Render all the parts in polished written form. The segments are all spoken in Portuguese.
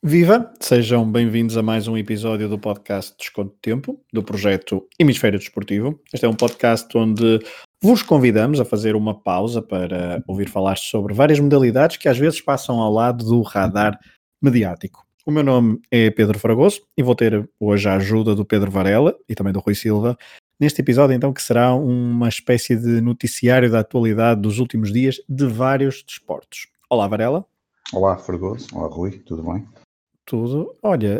Viva! Sejam bem-vindos a mais um episódio do podcast Desconto de Tempo, do projeto Hemisfério Desportivo. Este é um podcast onde vos convidamos a fazer uma pausa para ouvir falar sobre várias modalidades que às vezes passam ao lado do radar mediático. O meu nome é Pedro Fragoso e vou ter hoje a ajuda do Pedro Varela e também do Rui Silva neste episódio, então, que será uma espécie de noticiário da atualidade dos últimos dias de vários desportos. Olá, Varela. Olá, Fragoso. Olá, Rui. Tudo bem? Tudo. Olha,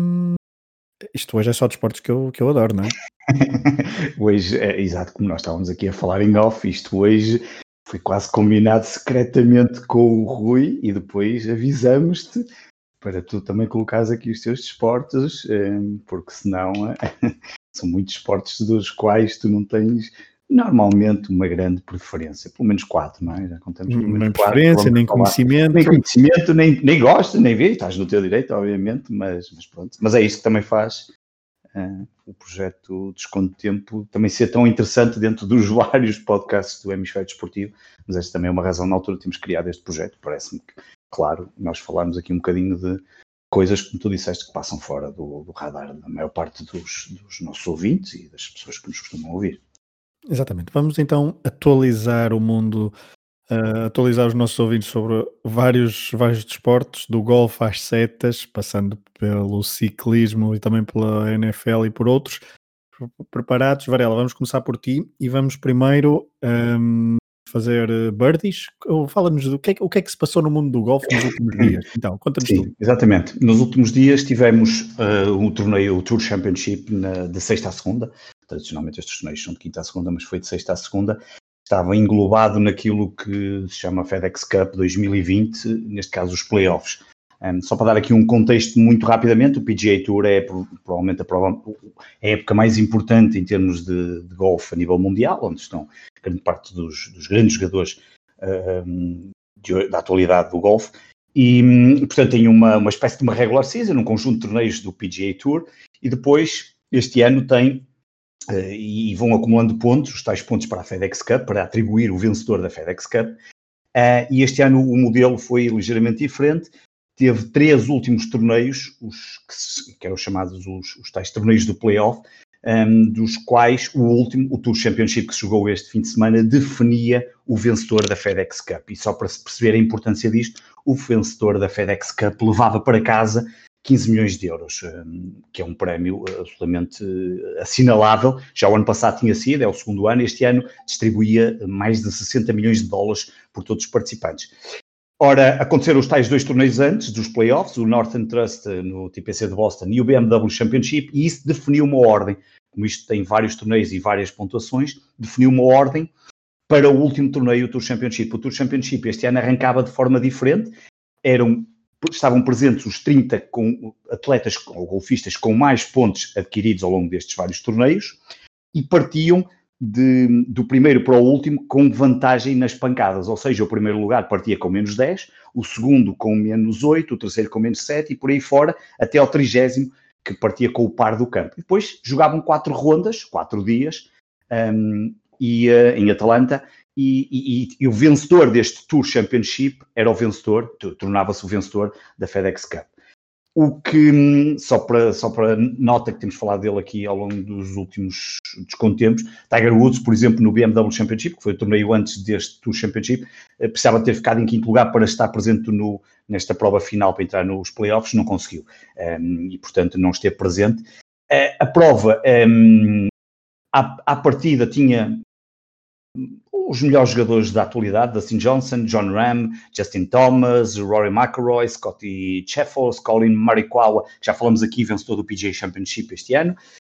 isto hoje é só desportos que eu adoro, não é? Hoje, exato como nós estávamos aqui a falar em off, isto hoje foi quase combinado secretamente com o Rui e depois avisamos-te para tu também colocares aqui os teus desportos, porque senão são muitos desportos dos quais tu não tens normalmente uma grande preferência, pelo menos 4, não é? Já contamos pelo menos Nem 4. preferência, nem conhecimento. Nem conhecimento, nem gosta, nem vê, estás no teu direito, obviamente, mas pronto. Mas é isto que também faz o projeto Desconto de Tempo também ser tão interessante dentro dos vários podcasts do Hemisfério Desportivo, mas esta também é uma razão na altura de termos criado este projeto. Parece-me que, claro, nós falarmos aqui um bocadinho de coisas, como tu disseste, que passam fora do radar da maior parte dos nossos ouvintes e das pessoas que nos costumam ouvir. Exatamente. Vamos então atualizar o mundo, atualizar os nossos ouvintes sobre vários desportos, do golfe às setas, passando pelo ciclismo e também pela NFL e por outros. Preparados? Varela, vamos começar por ti e vamos primeiro fazer birdies. Fala-nos o que é que se passou no mundo do golfe nos últimos dias. Então, conta-nos tudo. Sim, exatamente. Nos últimos dias tivemos um torneio, o Tour Championship, de sexta à segunda. Tradicionalmente estes torneios são de quinta à segunda, mas foi de sexta à segunda. Estava englobado naquilo que se chama FedEx Cup 2020, neste caso os playoffs. Só para dar aqui um contexto muito rapidamente, o PGA Tour é provavelmente a época mais importante em termos de golfe a nível mundial, onde estão grande parte dos grandes jogadores da atualidade do golfe. E, portanto, tem uma espécie de uma regular season, um conjunto de torneios do PGA Tour, e depois, este ano tem, e vão acumulando pontos, os tais pontos para a FedEx Cup, para atribuir o vencedor da FedEx Cup, e este ano o modelo foi ligeiramente diferente. Teve 3 últimos torneios, que eram chamados os tais torneios do playoff, dos quais o último, o Tour Championship que se jogou este fim de semana, definia o vencedor da FedEx Cup. E só para se perceber a importância disto, o vencedor da FedEx Cup levava para casa 15 milhões de euros, que é um prémio absolutamente assinalável. Já o ano passado tinha sido, é o segundo ano, este ano distribuía mais de 60 milhões de dólares por todos os participantes. Ora, aconteceram os tais 2 torneios antes dos playoffs, o Northern Trust no TPC de Boston e o BMW Championship, e isso definiu uma ordem. Como isto tem vários torneios e várias pontuações, definiu uma ordem para o último torneio, o Tour Championship. O Tour Championship este ano arrancava de forma diferente, estavam presentes os 30 atletas ou golfistas com mais pontos adquiridos ao longo destes vários torneios e partiam do primeiro para o último com vantagem nas pancadas, ou seja, o primeiro lugar partia com menos 10, o segundo com menos 8, o terceiro com menos 7 e por aí fora, até ao 30º, que partia com o par do campo. E depois jogavam 4 rondas, 4 dias, em Atlanta, e o vencedor deste Tour Championship era o vencedor, tornava-se o vencedor da FedEx Cup. O que, só para nota que temos falado dele aqui ao longo dos últimos descontempos, Tiger Woods, por exemplo, no BMW Championship, que foi o torneio antes deste Tour Championship, precisava ter ficado em quinto lugar para estar presente nesta prova final para entrar nos playoffs, não conseguiu, e portanto não esteve presente. A prova, à partida, tinha os melhores jogadores da atualidade, Dustin Johnson, Jon Rahm, Justin Thomas, Rory McIlroy, Scottie Scheffler, Collin Morikawa, que já falamos aqui, vencedor do PGA Championship este ano.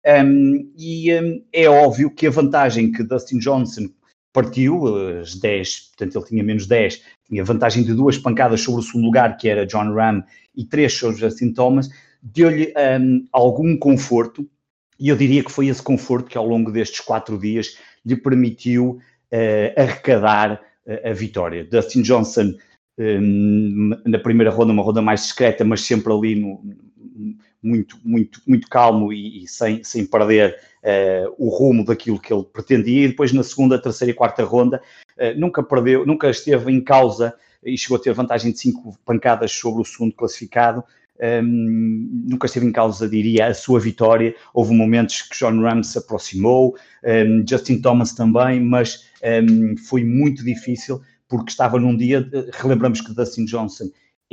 É óbvio que a vantagem que Dustin Johnson partiu, as 10, portanto ele tinha menos 10, tinha vantagem de 2 pancadas sobre o segundo lugar, que era Jon Rahm, e 3 sobre Justin Thomas, deu-lhe algum conforto, e eu diria que foi esse conforto que ao longo destes 4 dias lhe permitiu arrecadar a vitória. Dustin Johnson, na primeira ronda, uma ronda mais discreta, mas sempre ali muito calmo e sem perder o rumo daquilo que ele pretendia, e depois na segunda, terceira e quarta ronda nunca esteve em causa e chegou a ter vantagem de 5 pancadas sobre o segundo classificado, nunca esteve em causa, diria, a sua vitória. Houve momentos que Jon Rahm se aproximou, Justin Thomas também, mas foi muito difícil porque estava num dia, relembramos que Dustin Johnson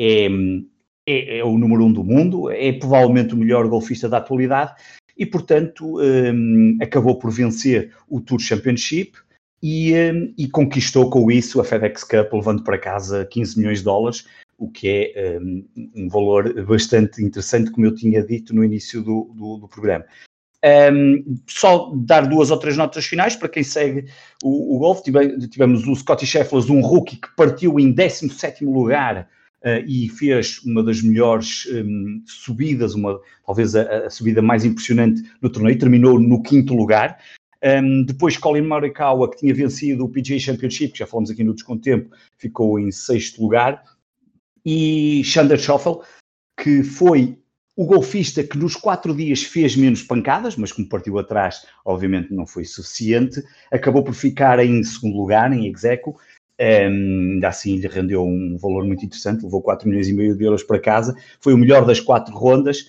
é o número 1 do mundo, é provavelmente o melhor golfista da atualidade e, portanto, acabou por vencer o Tour Championship e conquistou com isso a FedEx Cup, levando para casa 15 milhões de dólares, o que é um valor bastante interessante, como eu tinha dito no início do programa. Só dar 2 ou 3 notas finais para quem segue o golfe. Tivemos o Scottie Scheffler, um rookie que partiu em 17º lugar e fez uma das melhores subidas, talvez a subida mais impressionante do torneio, terminou no 5º lugar. Depois Collin Morikawa, que tinha vencido o PGA Championship, que já falamos aqui no Desconto Tempo, ficou em 6º lugar. E Xander Schauffele, que foi o golfista que nos 4 dias fez menos pancadas, mas como partiu atrás, obviamente não foi suficiente, acabou por ficar em 2º lugar, em execo. Ainda assim lhe rendeu um valor muito interessante, levou 4,5 milhões de euros para casa, foi o melhor das 4 rondas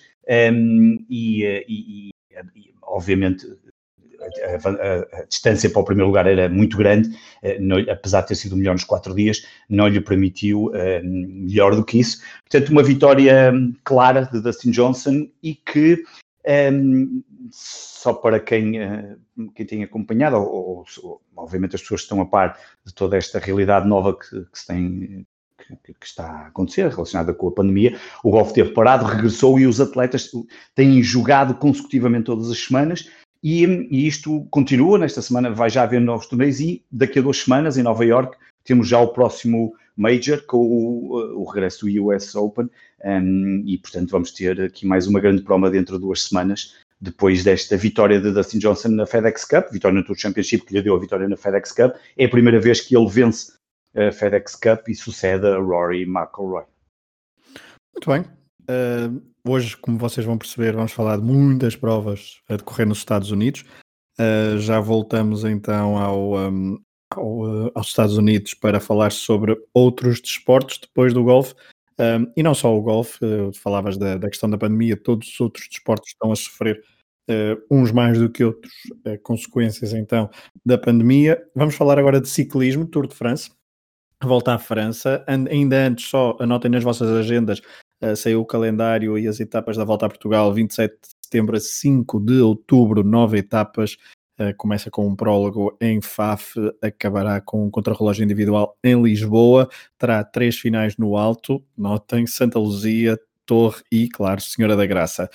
e obviamente a distância para o primeiro lugar era muito grande, apesar de ter sido o melhor nos 4 dias, não lhe permitiu melhor do que isso. Portanto, uma vitória clara de Dustin Johnson e que, só para quem tem acompanhado, ou obviamente as pessoas que estão a par de toda esta realidade nova que está a acontecer, relacionada com a pandemia, o golfe teve parado, regressou e os atletas têm jogado consecutivamente todas as semanas. E isto continua, nesta semana vai já haver novos torneios e daqui a 2 semanas em Nova Iorque temos já o próximo Major com o regresso do US Open e portanto vamos ter aqui mais uma grande prova dentro de 2 semanas depois desta vitória de Dustin Johnson na FedEx Cup, vitória no Tour Championship que lhe deu a vitória na FedEx Cup. É a primeira vez que ele vence a FedEx Cup e sucede a Rory McIlroy. Muito bem. Hoje, como vocês vão perceber, vamos falar de muitas provas a decorrer nos Estados Unidos. Já voltamos então aos Estados Unidos para falar sobre outros desportos depois do golfe. E não só o golfe, falavas da questão da pandemia, todos os outros desportos estão a sofrer, uns mais do que outros, consequências então da pandemia. Vamos falar agora de ciclismo, Tour de France. Volta à França. Ainda antes, só anotem nas vossas agendas, saiu o calendário e as etapas da Volta a Portugal, 27 de setembro a 5 de outubro, 9 etapas, começa com um prólogo em Faf, acabará com um contrarrelógio individual em Lisboa, terá 3 finais no Alto, notem, Santa Luzia, Torre e, claro, Senhora da Graça.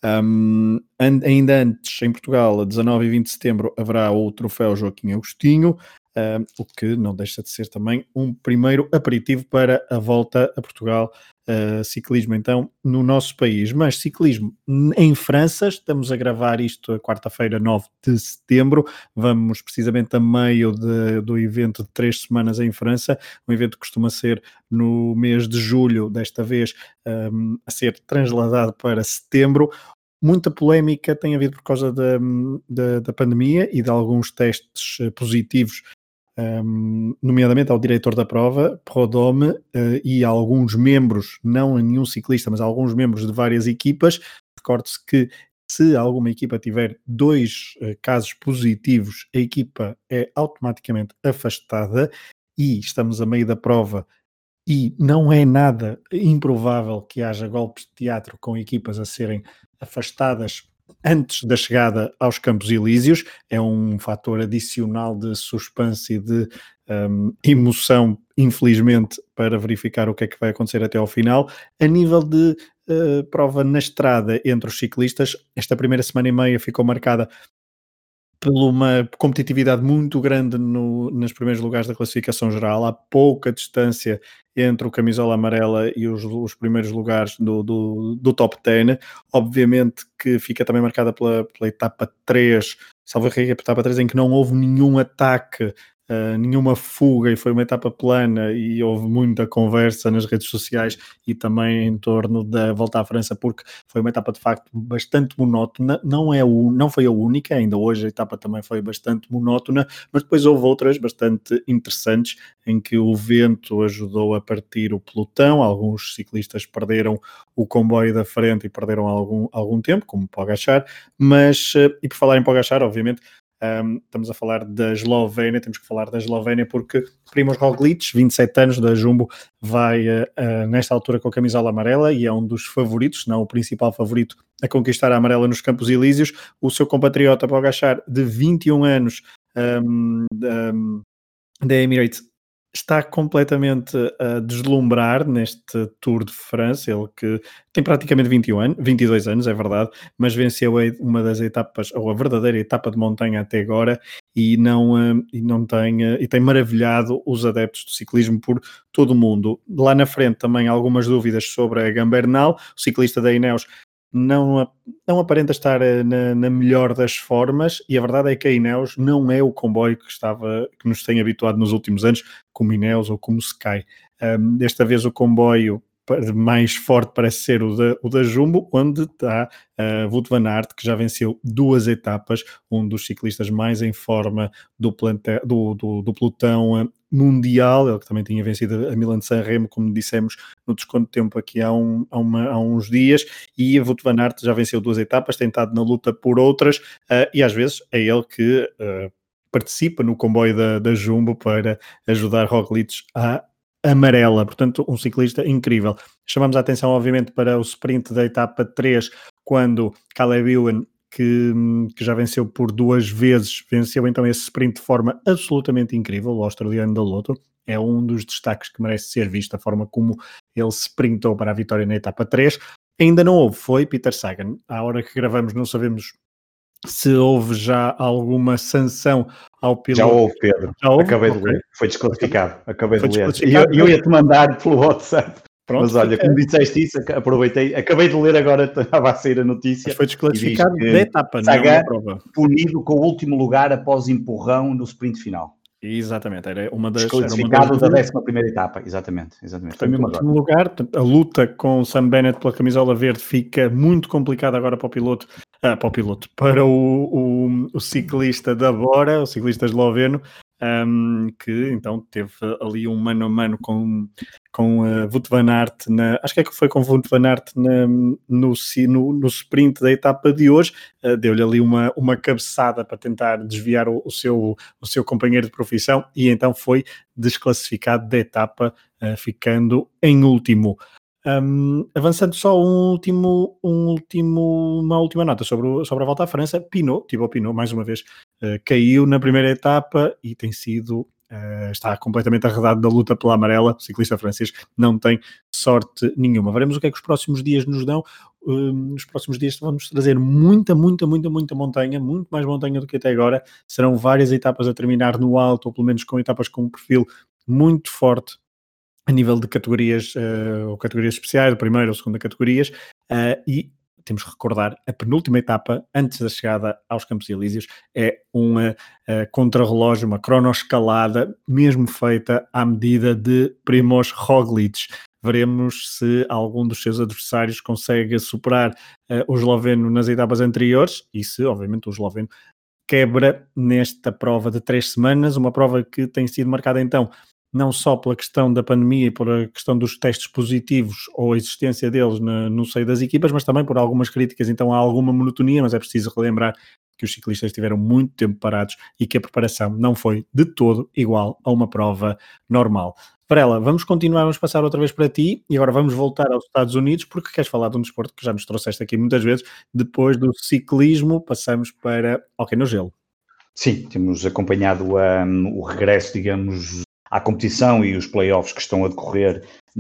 Ainda antes, em Portugal, a 19 e 20 de setembro, haverá o troféu Joaquim Agostinho, o que não deixa de ser também um primeiro aperitivo para a Volta a Portugal. Ciclismo então no nosso país, mas ciclismo em França. Estamos a gravar isto a quarta-feira, 9 de setembro, vamos precisamente a meio do evento de 3 semanas em França, um evento que costuma ser no mês de julho, desta vez a ser transladado para setembro. Muita polémica tem havido por causa da pandemia e de alguns testes positivos, nomeadamente ao diretor da prova, Prudhomme, e a alguns membros, não a nenhum ciclista, mas a alguns membros de várias equipas. Recorde-se que se alguma equipa tiver 2 casos positivos, a equipa é automaticamente afastada e estamos a meio da prova e não é nada improvável que haja golpes de teatro com equipas a serem afastadas antes da chegada aos Campos Elíseos. É um fator adicional de suspense e de emoção, infelizmente, para verificar o que é que vai acontecer até ao final. A nível de prova na estrada entre os ciclistas, esta primeira semana e meia ficou marcada por uma competitividade muito grande nos primeiros lugares da classificação geral. Há pouca distância entre o camisola amarela e os primeiros lugares do top 10. Obviamente que fica também marcada pela etapa 3, salvo erro, a etapa 3 em que não houve nenhum ataque nenhuma fuga e foi uma etapa plana e houve muita conversa nas redes sociais e também em torno da volta à França, porque foi uma etapa de facto bastante monótona, não foi a única, ainda hoje a etapa também foi bastante monótona, mas depois houve outras bastante interessantes em que o vento ajudou a partir o pelotão, alguns ciclistas perderam o comboio da frente e perderam algum tempo, como Pogačar, mas, e por falar em Pogačar, obviamente, estamos a falar da Eslovénia, temos que falar da Eslovénia porque Primož Roglič, 27 anos, da Jumbo, vai nesta altura com a camisola amarela e é um dos favoritos, se não o principal favorito, a conquistar a amarela nos Campos Elíseos. O seu compatriota Pogačar, de 21 anos, da Emirates, está completamente a deslumbrar neste Tour de France, ele que tem praticamente 22 anos, é verdade, mas venceu uma das etapas, ou a verdadeira etapa de montanha até agora, e tem maravilhado os adeptos do ciclismo por todo o mundo. Lá na frente também algumas dúvidas sobre a Egan Bernal, o ciclista da Ineos não aparenta estar na melhor das formas, e a verdade é que a Ineos não é o comboio que nos tem habituado nos últimos anos, como Ineos ou como Sky. Desta vez o comboio mais forte parece ser o da Jumbo, onde está Wout van Aert, que já venceu 2 etapas, um dos ciclistas mais em forma do pelotão mundial, ele que também tinha vencido a Milan-San Remo, como dissemos no desconto de tempo aqui há uns dias, e a Wout van Aert já venceu 2 etapas, tem estado na luta por outras, e às vezes é ele que participa no comboio da Jumbo para ajudar Roglič a amarela, portanto um ciclista incrível. Chamamos a atenção obviamente para o sprint da etapa 3, quando Caleb Ewan, que já venceu por 2 vezes, venceu então esse sprint de forma absolutamente incrível, o australiano da Lotto. É um dos destaques que merece ser visto, a forma como ele sprintou para a vitória na etapa 3. Ainda não houve, foi Peter Sagan. À hora que gravamos não sabemos se houve já alguma sanção ao piloto. Já houve, Pedro. Já houve? Acabei de ler. Foi desclassificado. Acabei de ler. E eu ia-te mandar pelo WhatsApp. Pronto, mas olha, como disseste isso, aproveitei. Acabei de ler agora, estava a sair a notícia. Mas foi desclassificado da etapa, não é uma prova. Punido com o último lugar após empurrão no sprint final. Exatamente, era uma das... Desclassificado da 11ª etapa, exatamente. Portanto, foi mesmo agora. Lugar, a luta com Sam Bennett pela camisola verde fica muito complicada agora para o ciclista da Bora, o ciclista esloveno, que então teve ali um mano a mano com Wout van Aert, acho que foi com Wout van Aert no sprint da etapa de hoje, deu-lhe ali uma cabeçada para tentar desviar o seu companheiro de profissão e então foi desclassificado da etapa, ficando em último. Avançando só uma última nota sobre a volta à França. Thibaut Pinot, mais uma vez, caiu na primeira etapa e está completamente arredado da luta pela amarela. O ciclista francês não tem sorte nenhuma. Veremos o que é que os próximos dias nos dão. Nos próximos dias vamos trazer muita montanha, muito mais montanha do que até agora. Serão várias etapas a terminar no alto, ou pelo menos com etapas com um perfil muito forte a nível de categorias, ou categorias especiais, a primeira ou segunda categorias, e temos que recordar, a penúltima etapa, antes da chegada aos Campos Elíseos, é uma contrarrelógio, uma cronoescalada, mesmo feita à medida de Primož Roglič. Veremos se algum dos seus adversários consegue superar o esloveno nas etapas anteriores, e se, obviamente, o esloveno quebra nesta prova de 3 semanas, uma prova que tem sido marcada, então, não só pela questão da pandemia e pela questão dos testes positivos ou a existência deles no seio das equipas, mas também por algumas críticas, então há alguma monotonia, mas é preciso relembrar que os ciclistas estiveram muito tempo parados e que a preparação não foi de todo igual a uma prova normal. Varela, vamos passar outra vez para ti e agora vamos voltar aos Estados Unidos porque queres falar de um desporto que já nos trouxeste aqui muitas vezes. Depois do ciclismo passamos para hóquei no gelo. Sim, temos acompanhado o regresso, digamos, à competição e os playoffs que estão a decorrer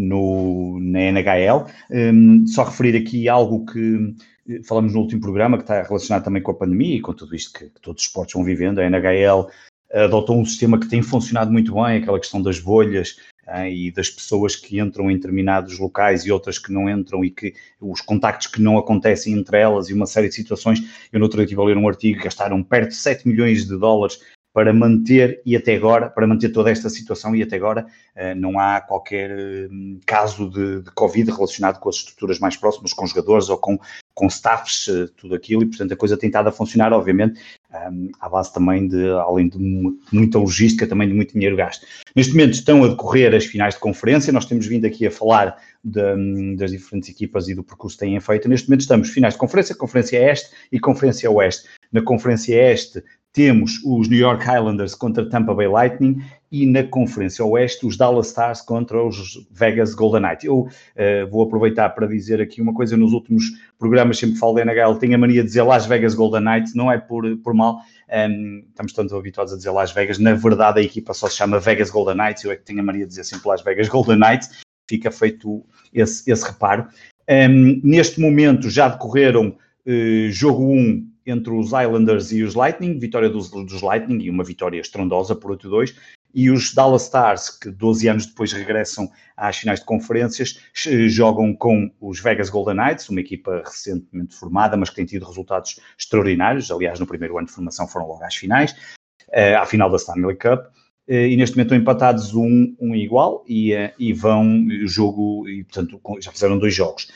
na NHL. Só referir aqui algo que falamos no último programa, que está relacionado também com a pandemia e com tudo isto que todos os esportes vão vivendo. A NHL adotou um sistema que tem funcionado muito bem, aquela questão das bolhas e das pessoas que entram em determinados locais e outras que não entram e que os contactos que não acontecem entre elas e uma série de situações. Eu no outro dia estive a ler um artigo que gastaram perto de $7 milhões para manter, e até agora, para manter toda esta situação, e até agora não há qualquer caso de Covid relacionado com as estruturas mais próximas, com jogadores ou com staffs, tudo aquilo, e portanto a coisa tem estado a funcionar, obviamente, à base também além de muita logística, também de muito dinheiro gasto. Neste momento estão a decorrer as finais de conferência, nós temos vindo aqui a falar das diferentes equipas e do percurso que têm feito. Neste momento estamos finais de conferência, Conferência Este e Conferência Oeste. Na Conferência Este temos os New York Highlanders contra Tampa Bay Lightning e na Conferência Oeste os Dallas Stars contra os Vegas Golden Knights. Eu vou aproveitar para dizer aqui uma coisa, nos últimos programas sempre falo da NHL, tenho a mania de dizer Las Vegas Golden Knights, não é por mal, estamos tanto habituados a dizer Las Vegas, na verdade a equipa só se chama Vegas Golden Knights, eu é que tenho a mania de dizer sempre Las Vegas Golden Knights, fica feito esse reparo. Neste momento já decorreram jogo 1 entre os Islanders e os Lightning, vitória dos Lightning e uma vitória estrondosa por 8-2, e os Dallas Stars, que 12 anos depois regressam às finais de conferências, jogam com os Vegas Golden Knights, uma equipa recentemente formada, mas que tem tido resultados extraordinários, aliás no primeiro ano de formação foram logo às finais, à final da Stanley Cup, e neste momento estão empatados um igual, e vão o jogo, e portanto já fizeram 2 jogos.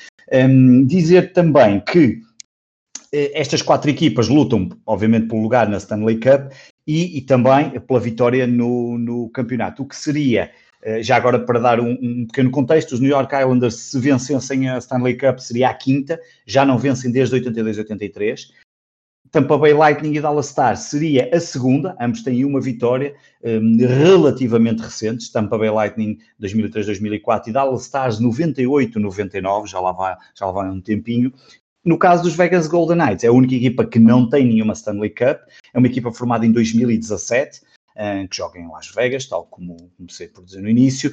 Dizer também que estas 4 equipas lutam, obviamente, pelo lugar na Stanley Cup e também pela vitória no campeonato. O que seria, já agora para dar um pequeno contexto, os New York Islanders, se vencessem a Stanley Cup, seria a 5ª, já não vencem desde 82-83. Tampa Bay Lightning e Dallas Stars seria a 2ª, ambos têm uma vitória relativamente recentes, Tampa Bay Lightning 2003-2004 e Dallas Stars 98-99, já lá vai um tempinho. No caso dos Vegas Golden Knights, é a única equipa que não tem nenhuma Stanley Cup, é uma equipa formada em 2017, que joga em Las Vegas, tal como comecei por dizer no início,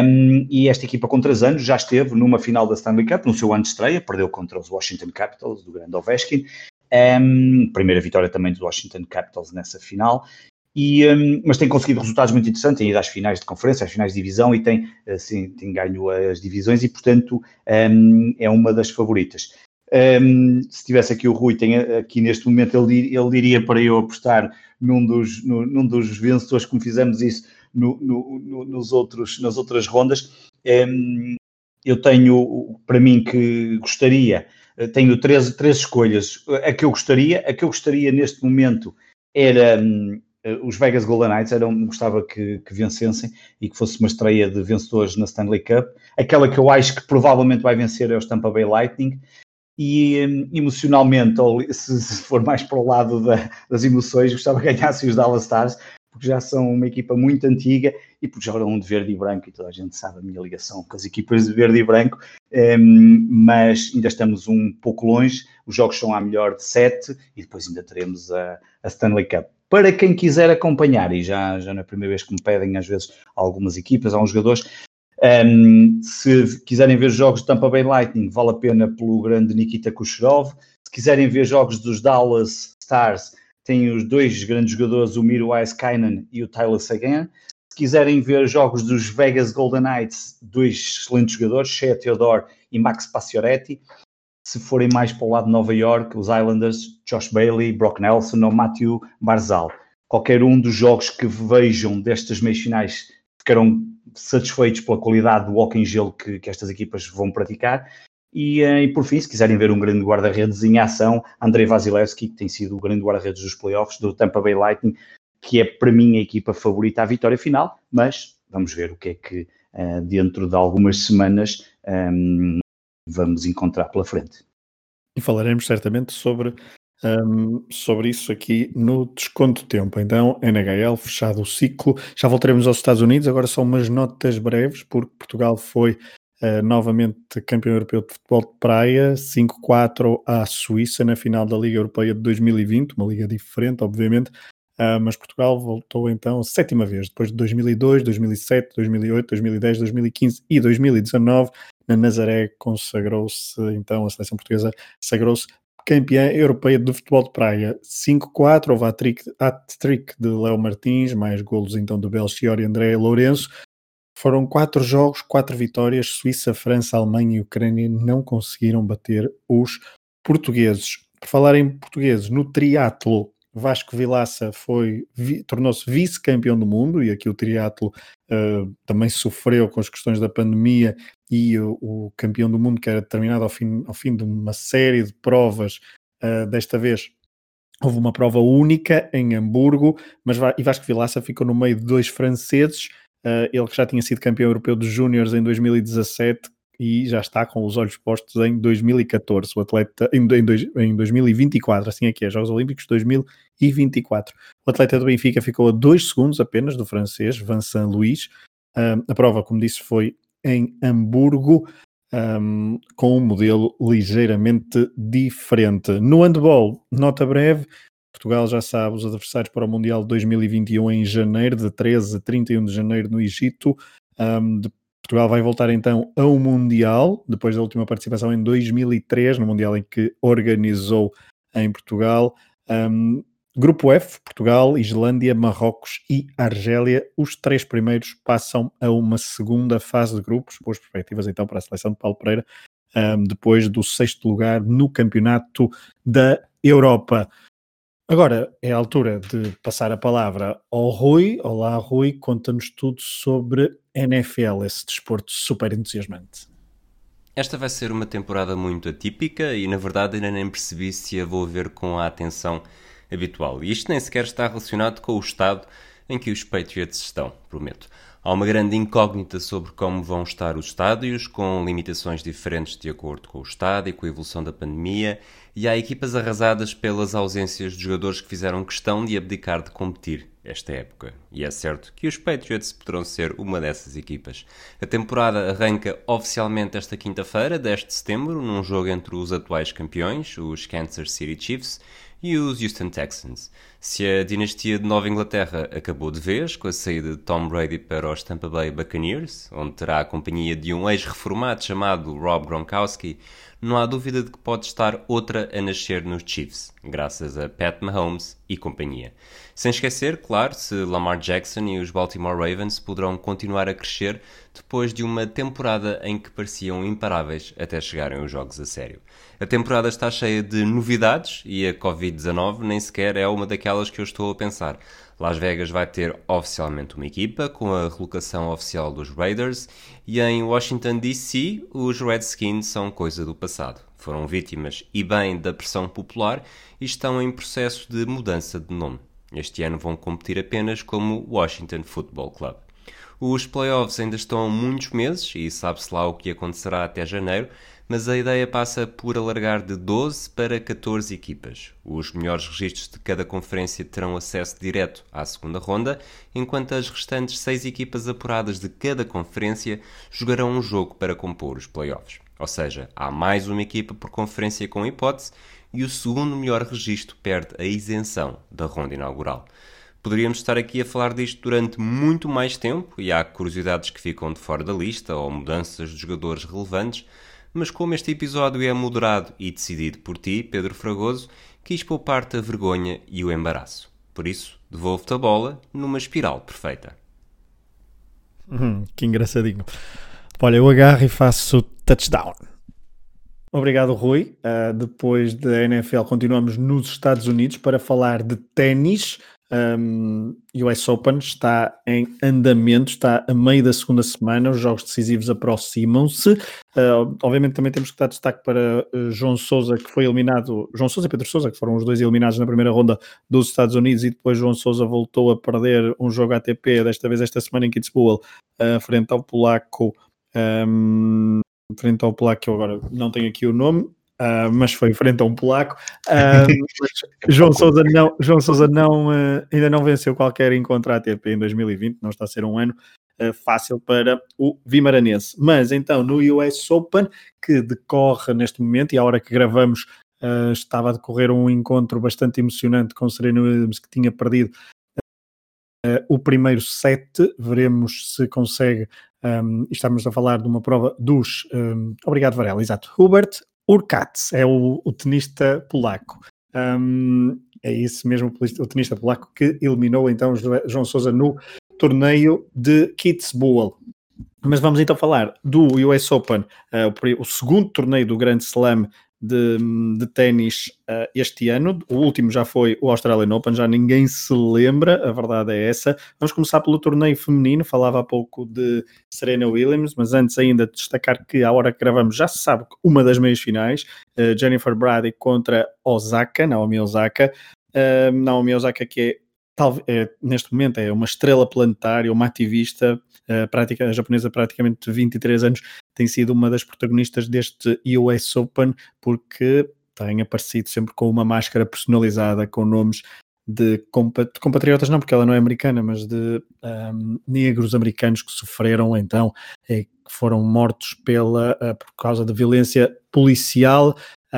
e esta equipa com 3 anos já esteve numa final da Stanley Cup, no seu ano de estreia, perdeu contra os Washington Capitals, do grande Ovechkin, primeira vitória também dos Washington Capitals nessa final, mas tem conseguido resultados muito interessantes, tem ido às finais de conferência, às finais de divisão e tem ganho as divisões e, portanto, é uma das favoritas. Se tivesse aqui o Rui, tem aqui neste momento, ele diria para eu apostar num dos vencedores, como fizemos isso nas outras rondas. Eu tenho, para mim, que gostaria, tenho três escolhas. A que eu gostaria neste momento era os Vegas Golden Knights, gostava que vencessem e que fosse uma estreia de vencedores na Stanley Cup. Aquela que eu acho que provavelmente vai vencer é os Tampa Bay Lightning. E emocionalmente, ou se for mais para o lado das emoções, gostava que ganhassem os Dallas Stars, porque já são uma equipa muito antiga e porque jogam de verde e branco, e toda a gente sabe a minha ligação com as equipas de verde e branco, mas ainda estamos um pouco longe, os jogos são à melhor de 7 e depois ainda teremos a Stanley Cup. Para quem quiser acompanhar, e já não é a primeira vez que me pedem às vezes algumas equipas, alguns jogadores, se quiserem ver jogos de Tampa Bay Lightning, vale a pena pelo grande Nikita Kucherov. Se quiserem ver jogos dos Dallas Stars, tem os 2 grandes jogadores, o Miro Heiskanen e o Tyler Seguin. Se quiserem ver jogos dos Vegas Golden Knights, 2 excelentes jogadores, Shea Theodore e Max Pacioretty. Se forem mais para o lado de Nova York, os Islanders, Josh Bailey, Brock Nelson ou Matthew Barzal. Qualquer um dos jogos que vejam destas meias finais ficarão satisfeitos pela qualidade do hóquei em gelo que estas equipas vão praticar. E por fim, se quiserem ver um grande guarda-redes em ação, Andrei Vasilevskiy, que tem sido o grande guarda-redes dos playoffs do Tampa Bay Lightning, que é para mim a equipa favorita à vitória final, mas vamos ver o que é que dentro de algumas semanas vamos encontrar pela frente. E falaremos certamente sobre isso aqui no Desconto Tempo. Então, NHL, fechado o ciclo. Já voltaremos aos Estados Unidos, agora só umas notas breves, porque Portugal foi novamente campeão europeu de futebol de praia, 5-4 à Suíça na final da Liga Europeia de 2020, uma liga diferente, obviamente, mas Portugal voltou então a 7ª vez, depois de 2002, 2007, 2008, 2010, 2015 e 2019, na Nazaré consagrou-se, então a seleção portuguesa sagrou-se campeã europeia de futebol de praia. 5-4, houve hat-trick de Léo Martins, mais golos então de Belchior e André Lourenço. Foram 4 jogos, 4 vitórias. Suíça, França, Alemanha e Ucrânia não conseguiram bater os portugueses. Por falar em portugueses, no triatlo Vasco Vilaça tornou-se vice-campeão do mundo, e aqui o triatlo também sofreu com as questões da pandemia, e o campeão do mundo, que era determinado ao fim de uma série de provas, desta vez houve uma prova única em Hamburgo, e Vasco Vilaça ficou no meio de dois franceses, ele que já tinha sido campeão europeu dos júniores em 2017 e já está com os olhos postos em 2014, o atleta em 2024, assim é que é, Jogos Olímpicos 2024. O atleta do Benfica ficou a 2 segundos apenas do francês Vincent Louis. A prova, como disse, foi em Hamburgo, com um modelo ligeiramente diferente. No handball, nota breve, Portugal já sabe os adversários para o Mundial de 2021 em janeiro, de 13 a 31 de janeiro no Egito. Portugal vai voltar então ao Mundial, depois da última participação em 2003, no Mundial em que organizou em Portugal. Grupo F, Portugal, Islândia, Marrocos e Argélia. Os 3 primeiros passam a uma segunda fase de grupos, boas perspectivas então para a seleção de Paulo Pereira, depois do 6º lugar no Campeonato da Europa. Agora é a altura de passar a palavra ao Rui. Olá, Rui, conta-nos tudo sobre NFL, esse desporto super entusiasmante. Esta vai ser uma temporada muito atípica e, na verdade, ainda nem percebi se a vou ver com a atenção habitual. E isto nem sequer está relacionado com o estado em que os Patriots estão, prometo. Há uma grande incógnita sobre como vão estar os estádios, com limitações diferentes de acordo com o estado e com a evolução da pandemia, e há equipas arrasadas pelas ausências de jogadores que fizeram questão de abdicar de competir esta época. E é certo que os Patriots poderão ser uma dessas equipas. A temporada arranca oficialmente esta quinta-feira, 10 de setembro, num jogo entre os atuais campeões, os Kansas City Chiefs, e os Houston Texans. Se a dinastia de Nova Inglaterra acabou de vez, com a saída de Tom Brady para os Tampa Bay Buccaneers, onde terá a companhia de um ex-reformado chamado Rob Gronkowski, não há dúvida de que pode estar outra a nascer nos Chiefs, graças a Pat Mahomes e companhia. Sem esquecer, claro, se Lamar Jackson e os Baltimore Ravens poderão continuar a crescer depois de uma temporada em que pareciam imparáveis até chegarem os jogos a sério. A temporada está cheia de novidades e a Covid-19 nem sequer é uma daquelas que eu estou a pensar. Las Vegas vai ter oficialmente uma equipa, com a relocação oficial dos Raiders, e em Washington DC os Redskins são coisa do passado. Foram vítimas, e bem, da pressão popular e estão em processo de mudança de nome. Este ano vão competir apenas como Washington Football Club. Os playoffs ainda estão há muitos meses e sabe-se lá o que acontecerá até janeiro, mas a ideia passa por alargar de 12 para 14 equipas. Os melhores registros de cada conferência terão acesso direto à segunda ronda, enquanto as restantes 6 equipas apuradas de cada conferência jogarão um jogo para compor os playoffs. Ou seja, há mais uma equipa por conferência com hipótese e o segundo melhor registro perde a isenção da ronda inaugural. Poderíamos estar aqui a falar disto durante muito mais tempo e há curiosidades que ficam de fora da lista ou mudanças de jogadores relevantes, mas como este episódio é moderado e decidido por ti, Pedro Fragoso, quis poupar-te a vergonha e o embaraço. Por isso, devolvo-te a bola numa espiral perfeita. Que engraçadinho. Olha, eu agarro e faço touchdown. Obrigado, Rui. Depois da NFL, continuamos nos Estados Unidos para falar de ténis. US Open está em andamento, está a meio da segunda semana, os jogos decisivos aproximam-se. Obviamente também temos que dar destaque para João Sousa, que foi eliminado, João Sousa e Pedro Sousa, que foram os dois eliminados na primeira ronda dos Estados Unidos, e depois João Sousa voltou a perder um jogo ATP, desta vez esta semana em Kitzbühel, frente ao polaco, que eu agora não tenho aqui o nome, mas foi frente a um polaco. João Sousa ainda não venceu qualquer encontro ATP em 2020, não está a ser um ano fácil para o vimaranense. Mas então, no US Open, que decorre neste momento, e à hora que gravamos estava a decorrer um encontro bastante emocionante com Serena Williams, que tinha perdido o primeiro set. Veremos se consegue. Estamos a falar de uma prova dos obrigado, Varela, exato, Hubert Hurkacz, é o tenista polaco. É isso mesmo, o tenista polaco que eliminou então João Sousa no torneio de Kitzbühel. Mas vamos então falar do US Open, o segundo torneio do Grand Slam de ténis este ano. O último já foi o Australian Open, já ninguém se lembra, a verdade é essa. Vamos começar pelo torneio feminino. Falava há pouco de Serena Williams, mas antes ainda de destacar que à hora que gravamos já se sabe que uma das meias finais, Jennifer Brady contra Naomi Osaka. Naomi Osaka, que neste momento é uma estrela planetária, uma ativista, a japonesa, praticamente de 23 anos, tem sido uma das protagonistas deste US Open, porque tem aparecido sempre com uma máscara personalizada, com nomes de compatriotas, não porque ela não é americana, mas de negros americanos que sofreram, então, que foram mortos por causa de violência policial,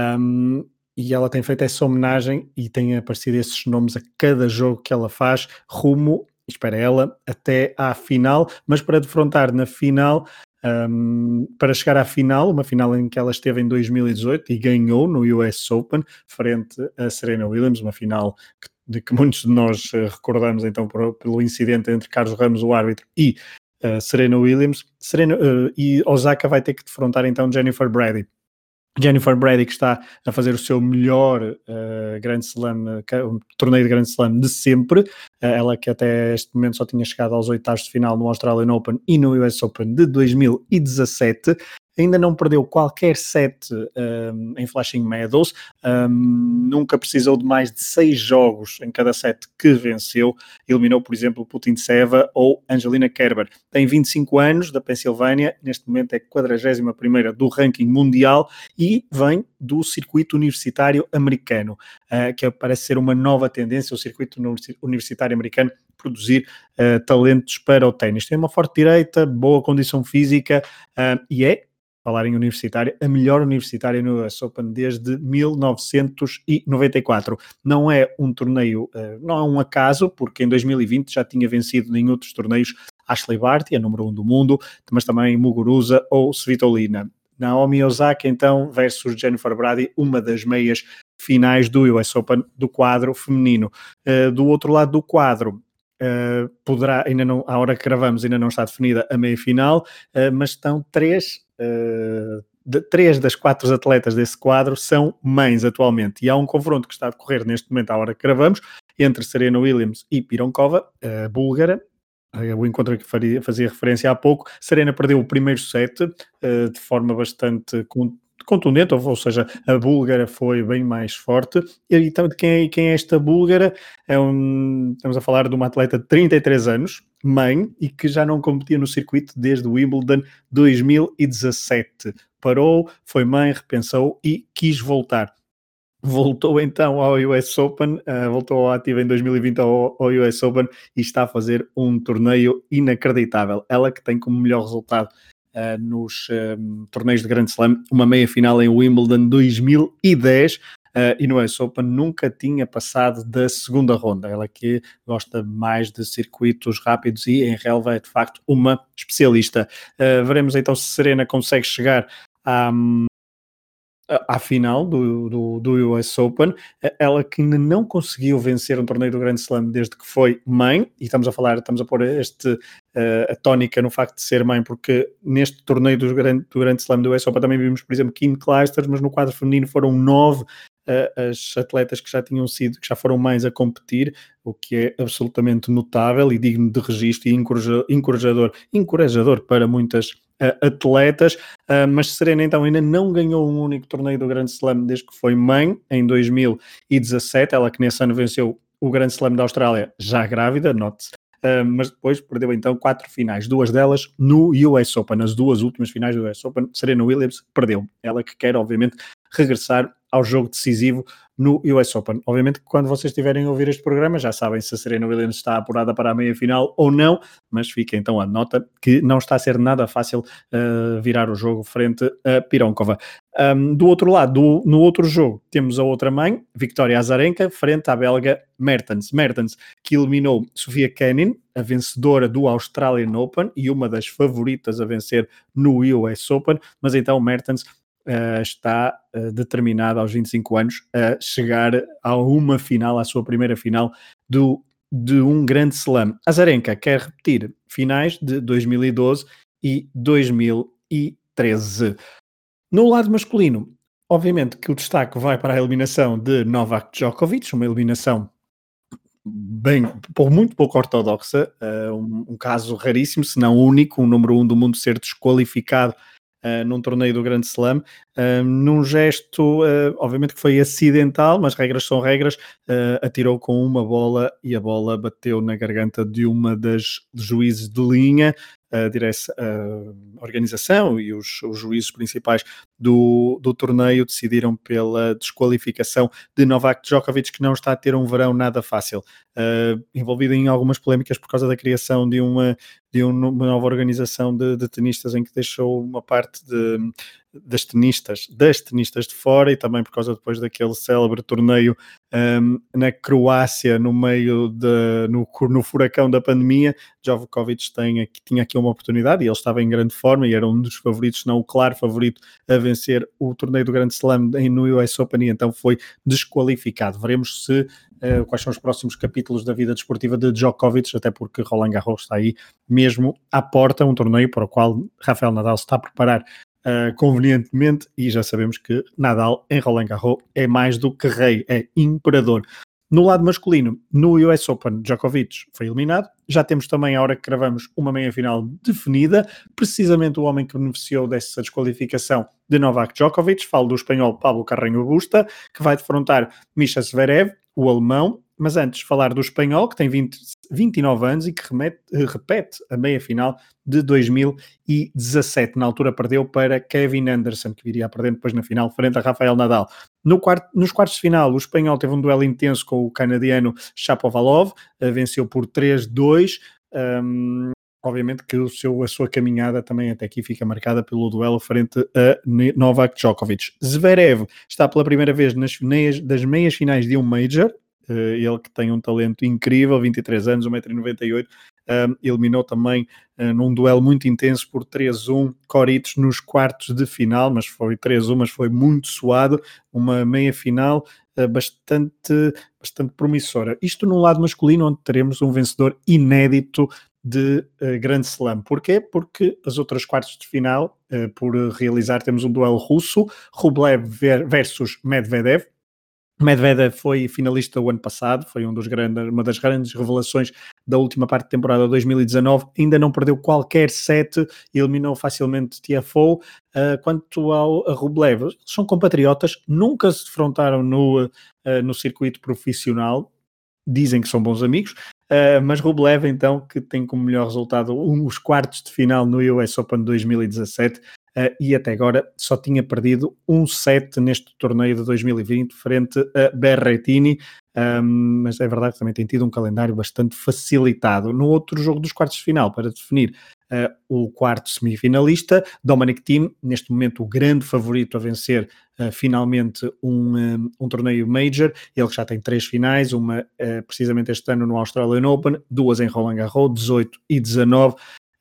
e ela tem feito essa homenagem e tem aparecido esses nomes a cada jogo que ela faz, rumo, espera ela, até à final, mas para defrontar na final, para chegar à final, uma final em que ela esteve em 2018 e ganhou no US Open, frente a Serena Williams, uma final de que muitos de nós recordamos então pelo incidente entre Carlos Ramos, o árbitro, e Serena Williams. E Osaka vai ter que defrontar então Jennifer Brady. Jennifer Brady, que está a fazer o seu melhor Grand Slam, torneio de Grand Slam de sempre, ela que até este momento só tinha chegado aos oitavos de final no Australian Open e no US Open de 2017, ainda não perdeu qualquer set em Flushing Meadows, nunca precisou de mais de 6 jogos em cada set que venceu, eliminou, por exemplo, Putintseva ou Angelina Kerber. Tem 25 anos, da Pensilvânia, neste momento é 41ª do ranking mundial e vem do circuito universitário americano, que parece ser uma nova tendência, o circuito universitário americano, produzir talentos para o ténis. Tem uma forte direita, boa condição física e falar em universitária, a melhor universitária no US Open desde 1994. Não é um torneio, não é um acaso, porque em 2020 já tinha vencido em outros torneios Ashleigh Barty, a número 1 do mundo, mas também Muguruza ou Svitolina. Naomi Osaka, então, versus Jennifer Brady, uma das meias finais do US Open do quadro feminino. Do outro lado do quadro, poderá, ainda não, à hora que gravamos ainda não está definida a meia final, mas estão três das 4 atletas desse quadro são mães atualmente, e há um confronto que está a decorrer neste momento à hora que gravamos entre Serena Williams e Pironkova, a búlgara. O encontro que fazia referência há pouco. Serena perdeu o primeiro set de forma bastante contundente, ou seja, a búlgara foi bem mais forte. E então, quem é esta búlgara? Estamos a falar de uma atleta de 33 anos, mãe, e que já não competia no circuito desde o Wimbledon 2017. Parou, foi mãe, repensou e quis voltar. Voltou então ao US Open, voltou ao ativo em 2020 ao US Open e está a fazer um torneio inacreditável. Ela que tem como melhor resultado nos torneios de Grand Slam uma meia final em Wimbledon 2010 e no US Open nunca tinha passado da segunda ronda. Ela que gosta mais de circuitos rápidos e em relva é de facto uma especialista. Veremos então se Serena consegue chegar à final do US Open, ela que ainda não conseguiu vencer um torneio do Grand Slam desde que foi mãe, e estamos a pôr a tónica no facto de ser mãe, porque neste torneio do Grand Slam do US Open também vimos, por exemplo, Kim Clijsters, mas no quadro feminino foram 9 as atletas que já foram mães a competir, o que é absolutamente notável e digno de registro e encorajador para muitas atletas, mas Serena então ainda não ganhou um único torneio do Grand Slam desde que foi mãe, em 2017, ela que nesse ano venceu o Grand Slam da Austrália, já grávida, note-se, mas depois perdeu então 4 finais, 2 delas no US Open, as 2 últimas finais do US Open, Serena Williams perdeu, ela que quer obviamente regressar ao jogo decisivo no US Open. Obviamente que quando vocês estiverem a ouvir este programa já sabem se a Serena Williams está apurada para a meia-final ou não, mas fica então a nota que não está a ser nada fácil virar o jogo frente a Pironkova. Do outro lado, no outro jogo, temos a outra mãe, Victoria Azarenka, frente à belga Mertens, que eliminou Sofia Kenin, a vencedora do Australian Open e uma das favoritas a vencer no US Open, mas então Mertens está determinada aos 25 anos a chegar a uma final, à sua primeira final de um grande slam. Azarenka quer repetir finais de 2012 e 2013. No lado masculino, Obviamente que o destaque vai para a eliminação de Novak Djokovic, uma eliminação muito pouco ortodoxa, um caso raríssimo, se não único, um número 1 do mundo ser desqualificado num torneio do Grand Slam, num gesto, obviamente que foi acidental, mas regras são regras, atirou com uma bola e a bola bateu na garganta de uma das juízes de linha. A organização e os juízes principais do torneio decidiram pela desqualificação de Novak Djokovic, que não está a ter um verão nada fácil, envolvido em algumas polémicas por causa da criação de uma nova organização de tenistas, em que deixou uma parte das tenistas de fora, e também por causa depois daquele célebre torneio na Croácia, no meio no furacão da pandemia. Djokovic tinha aqui uma oportunidade e ele estava em grande forma e era um dos favoritos, se não o claro favorito, a vencer o torneio do Grand Slam no US Open, e então foi desqualificado. Veremos quais são os próximos capítulos da vida desportiva de Djokovic, até porque Roland Garros está aí mesmo à porta, um torneio para o qual Rafael Nadal se está a preparar convenientemente, e já sabemos que Nadal em Roland Garros é mais do que rei, é imperador. No lado masculino, no US Open, Djokovic foi eliminado. Já temos também, à hora que gravamos, uma meia-final definida, precisamente o homem que beneficiou dessa desqualificação de Novak Djokovic. Falo do espanhol Pablo Carreño Busta, que vai defrontar Misha Zverev, o alemão. Mas antes, falar do espanhol, que tem 29 anos e que repete a meia-final de 2017. Na altura perdeu para Kevin Anderson, que viria a perder depois na final frente a Rafael Nadal. Nos quartos de final, o espanhol teve um duelo intenso com o canadiano Shapovalov, venceu por 3-2. Obviamente que a sua caminhada também até aqui fica marcada pelo duelo frente a Novak Djokovic. Zverev está pela primeira vez das meias finais de um Major. Ele que tem um talento incrível, 23 anos, 1,98 m, eliminou também num duelo muito intenso por 3-1 Corites nos quartos de final, mas foi 3-1, mas foi muito suado, uma meia final bastante promissora. Isto no lado masculino, onde teremos um vencedor inédito de Grand Slam. Porquê? Porque as outras quartos de final, por realizar, temos um duelo russo, Rublev versus Medvedev. Medvedev foi finalista o ano passado, foi uma das grandes revelações da última parte de temporada 2019, ainda não perdeu qualquer set, eliminou facilmente Tiafoe. Quanto a Rublev, eles são compatriotas, nunca se defrontaram no circuito profissional, dizem que são bons amigos, mas Rublev então, que tem como melhor resultado os quartos de final no US Open 2017, e até agora só tinha perdido um set neste torneio de 2020 frente a Berrettini, mas é verdade que também tem tido um calendário bastante facilitado. No outro jogo dos quartos de final, para definir o quarto semifinalista, Dominic Thiem, neste momento o grande favorito a vencer finalmente um torneio Major. Ele já tem 3 finais, uma precisamente este ano no Australian Open, 2 em Roland Garros, 18 e 19.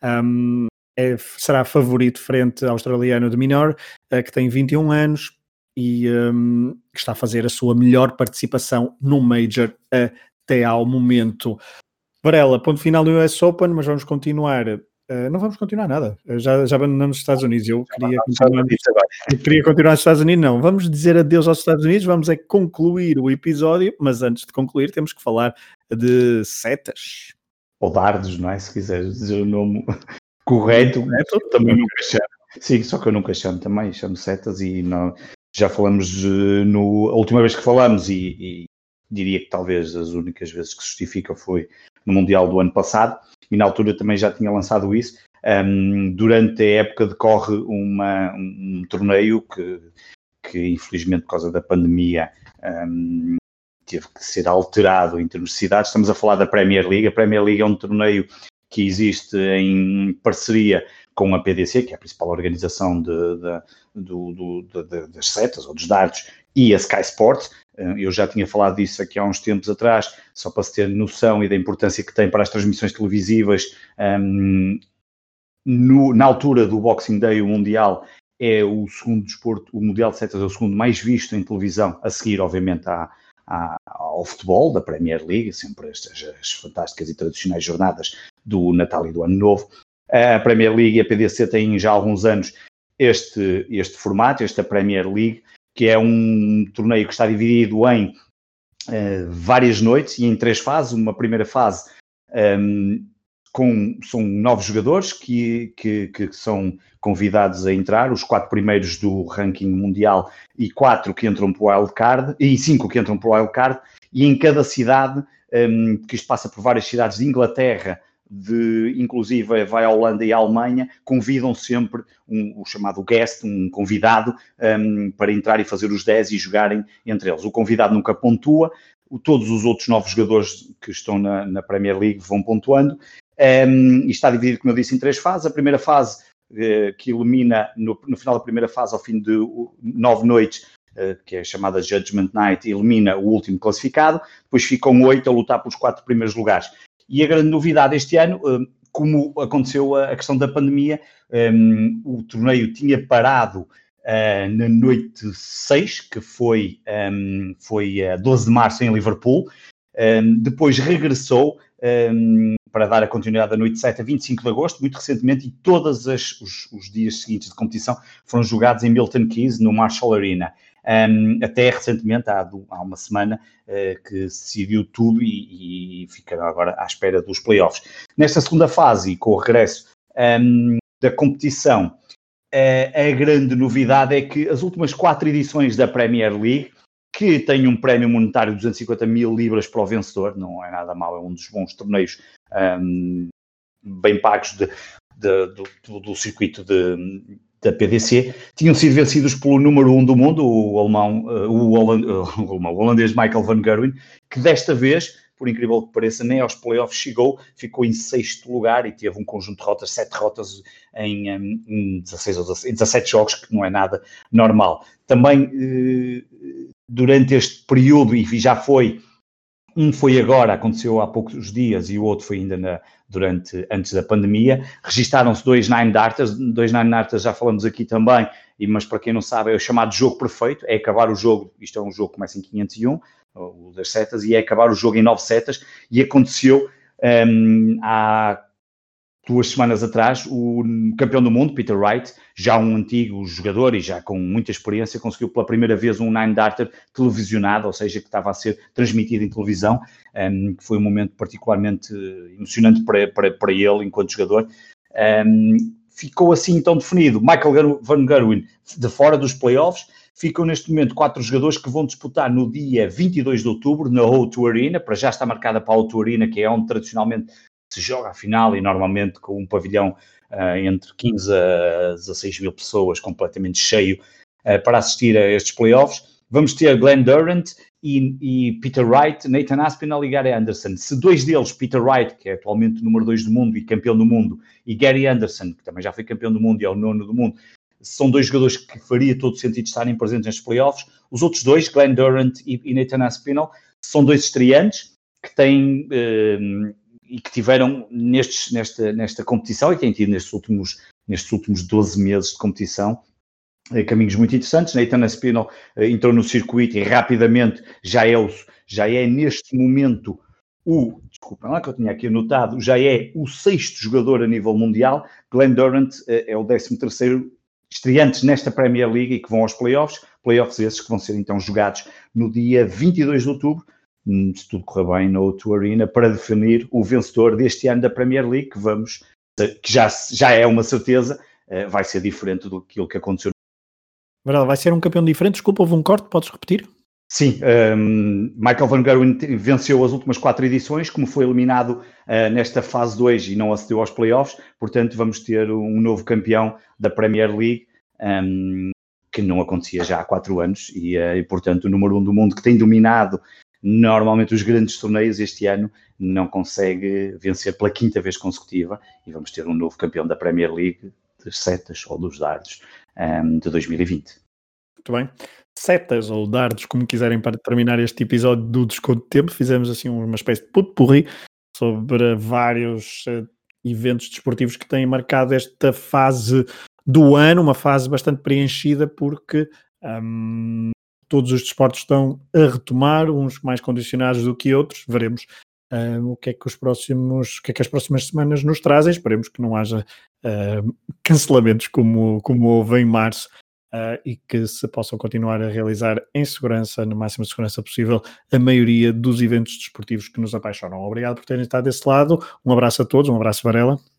Será favorito frente ao australiano de Minor, que tem 21 anos e que está a fazer a sua melhor participação no Major até ao momento. Varela, ponto final no US Open, mas vamos continuar. Não vamos continuar nada, já abandonamos os Estados Unidos. Eu queria continuar nos Estados Unidos, não. Vamos dizer adeus aos Estados Unidos, vamos concluir o episódio, mas antes de concluir temos que falar de setas. Ou dardos, não é? Se quiseres dizer o nome correto, também nunca chamo. Sim, só que eu nunca chamo também, chamo setas, e não, já falamos a última vez que falamos, e diria que talvez as únicas vezes que se justifica foi no Mundial do ano passado, e na altura também já tinha lançado isso. Durante a época decorre um torneio que infelizmente por causa da pandemia teve que ser alterado em termos de cidades. Estamos a falar da Premier League. A Premier League é um torneio que existe em parceria com a PDC, que é a principal organização das setas ou dos dardos, e a Sky Sports. Eu já tinha falado disso aqui há uns tempos atrás, só para se ter noção e da importância que tem para as transmissões televisivas. Na altura do Boxing Day, o Mundial é o segundo desporto, o Mundial de Setas é o segundo mais visto em televisão, a seguir, obviamente, ao futebol da Premier League, sempre as fantásticas e tradicionais jornadas do Natal e do Ano Novo. A Premier League e a PDC têm já há alguns anos este formato, esta Premier League, que é um torneio que está dividido em várias noites e em 3 fases. Uma primeira fase são 9 jogadores que são convidados a entrar, os 4 primeiros do ranking mundial e 4 que entram para o wildcard, e 5 que entram para o wildcard, e em cada cidade, que isto passa por várias cidades de Inglaterra, inclusive vai à Holanda e à Alemanha, convidam sempre o chamado guest, um convidado, para entrar e fazer os 10 e jogarem entre eles. O convidado nunca pontua, todos os outros 9 jogadores que estão na Premier League vão pontuando, e está dividido, como eu disse, em 3 fases. A primeira fase, que elimina, no final da primeira fase, ao fim de 9 noites, que é chamada Judgment Night, elimina o último classificado, depois ficam 8 a lutar pelos 4 primeiros lugares. E a grande novidade este ano, como aconteceu a questão da pandemia, o torneio tinha parado na noite 6, que foi 12 de março em Liverpool, depois regressou para dar a continuidade da noite 7 a 25 de agosto, muito recentemente, e todos os dias seguintes de competição foram jogados em Milton Keynes, no Marshall Arena. Até recentemente, há uma semana, que se decidiu tudo e fica agora à espera dos playoffs. Nesta segunda fase, com o regresso da competição, a grande novidade é que as últimas 4 edições da Premier League, que tem um prémio monetário de 250 mil libras para o vencedor, não é nada mau, é um dos bons torneios bem pagos do circuito da PDC, tinham sido vencidos pelo número 1 do mundo, o holandês Michael van Gerwen, que desta vez, por incrível que pareça, nem aos playoffs chegou, ficou em 6º lugar e teve um conjunto de derrotas, 7 derrotas em 17 jogos, que não é nada normal. Também, durante este período, e já foi, um foi agora, aconteceu há poucos dias, e o outro foi ainda antes da pandemia, registaram-se 2 Nine Darters. 2 Nine Darters já falamos aqui também, mas para quem não sabe é o chamado jogo perfeito, é acabar o jogo, isto é um jogo que começa em 501, o das setas, e é acabar o jogo em 9 setas, e aconteceu há 2 semanas atrás, o campeão do mundo, Peter Wright, já um antigo jogador e já com muita experiência, conseguiu pela primeira vez um Nine Darter televisionado, ou seja, que estava a ser transmitido em televisão, que foi um momento particularmente emocionante para ele enquanto jogador. Ficou assim então definido. Michael van Gerwen de fora dos playoffs. Ficam neste momento 4 jogadores que vão disputar no dia 22 de outubro na O2 Arena. Para já está marcada para a O2 Arena, que é onde tradicionalmente se joga a final, e normalmente com um pavilhão entre 15 a 16 mil pessoas, completamente cheio, para assistir a estes playoffs. Vamos ter Glenn Durant e Peter Wright, Nathan Aspinall e Gary Anderson. Se 2 deles, Peter Wright, que é atualmente o número 2 do mundo e campeão do mundo, e Gary Anderson, que também já foi campeão do mundo e é o 9º do mundo, são 2 jogadores que faria todo sentido estarem presentes nestes playoffs. Os outros 2, Glenn Durant e Nathan Aspinall, são 2 estreantes que têm e que tiveram nesta competição, e têm tido nestes últimos 12 meses de competição caminhos muito interessantes. Nathan Aspinall entrou no circuito e rapidamente já é neste momento desculpem lá que eu tinha aqui anotado, já é o 6º jogador a nível mundial. Glenn Durant é o 13º estreantes nesta Premier League e que vão aos playoffs esses que vão ser então jogados no dia 22 de outubro, se tudo correr bem, na O2 Arena, para definir o vencedor deste ano da Premier League, que já é uma certeza, vai ser diferente do que aconteceu. Verdade, vai ser um campeão diferente. Desculpa, houve um corte, podes repetir? Sim, Michael van Gerwen venceu as últimas 4 edições, como foi eliminado nesta fase 2 e não acedeu aos playoffs, portanto vamos ter um novo campeão da Premier League, que não acontecia já há 4 anos, e portanto o número 1 do mundo, que tem dominado normalmente os grandes torneios, este ano não consegue vencer pela 5ª vez consecutiva, e vamos ter um novo campeão da Premier League das setas ou dos dardos de 2020. Muito bem. Setas ou dardos, como quiserem, para terminar este episódio do Desconto de Tempo. Fizemos assim uma espécie de pot-pourri sobre vários eventos desportivos que têm marcado esta fase do ano, uma fase bastante preenchida, porque todos os desportos estão a retomar, uns mais condicionados do que outros. Veremos o que é que as próximas semanas nos trazem. Esperemos que não haja cancelamentos como houve em março, e que se possam continuar a realizar em segurança, na máxima segurança possível, a maioria dos eventos desportivos que nos apaixonam. Obrigado por terem estado desse lado. Um abraço a todos, um abraço, Varela.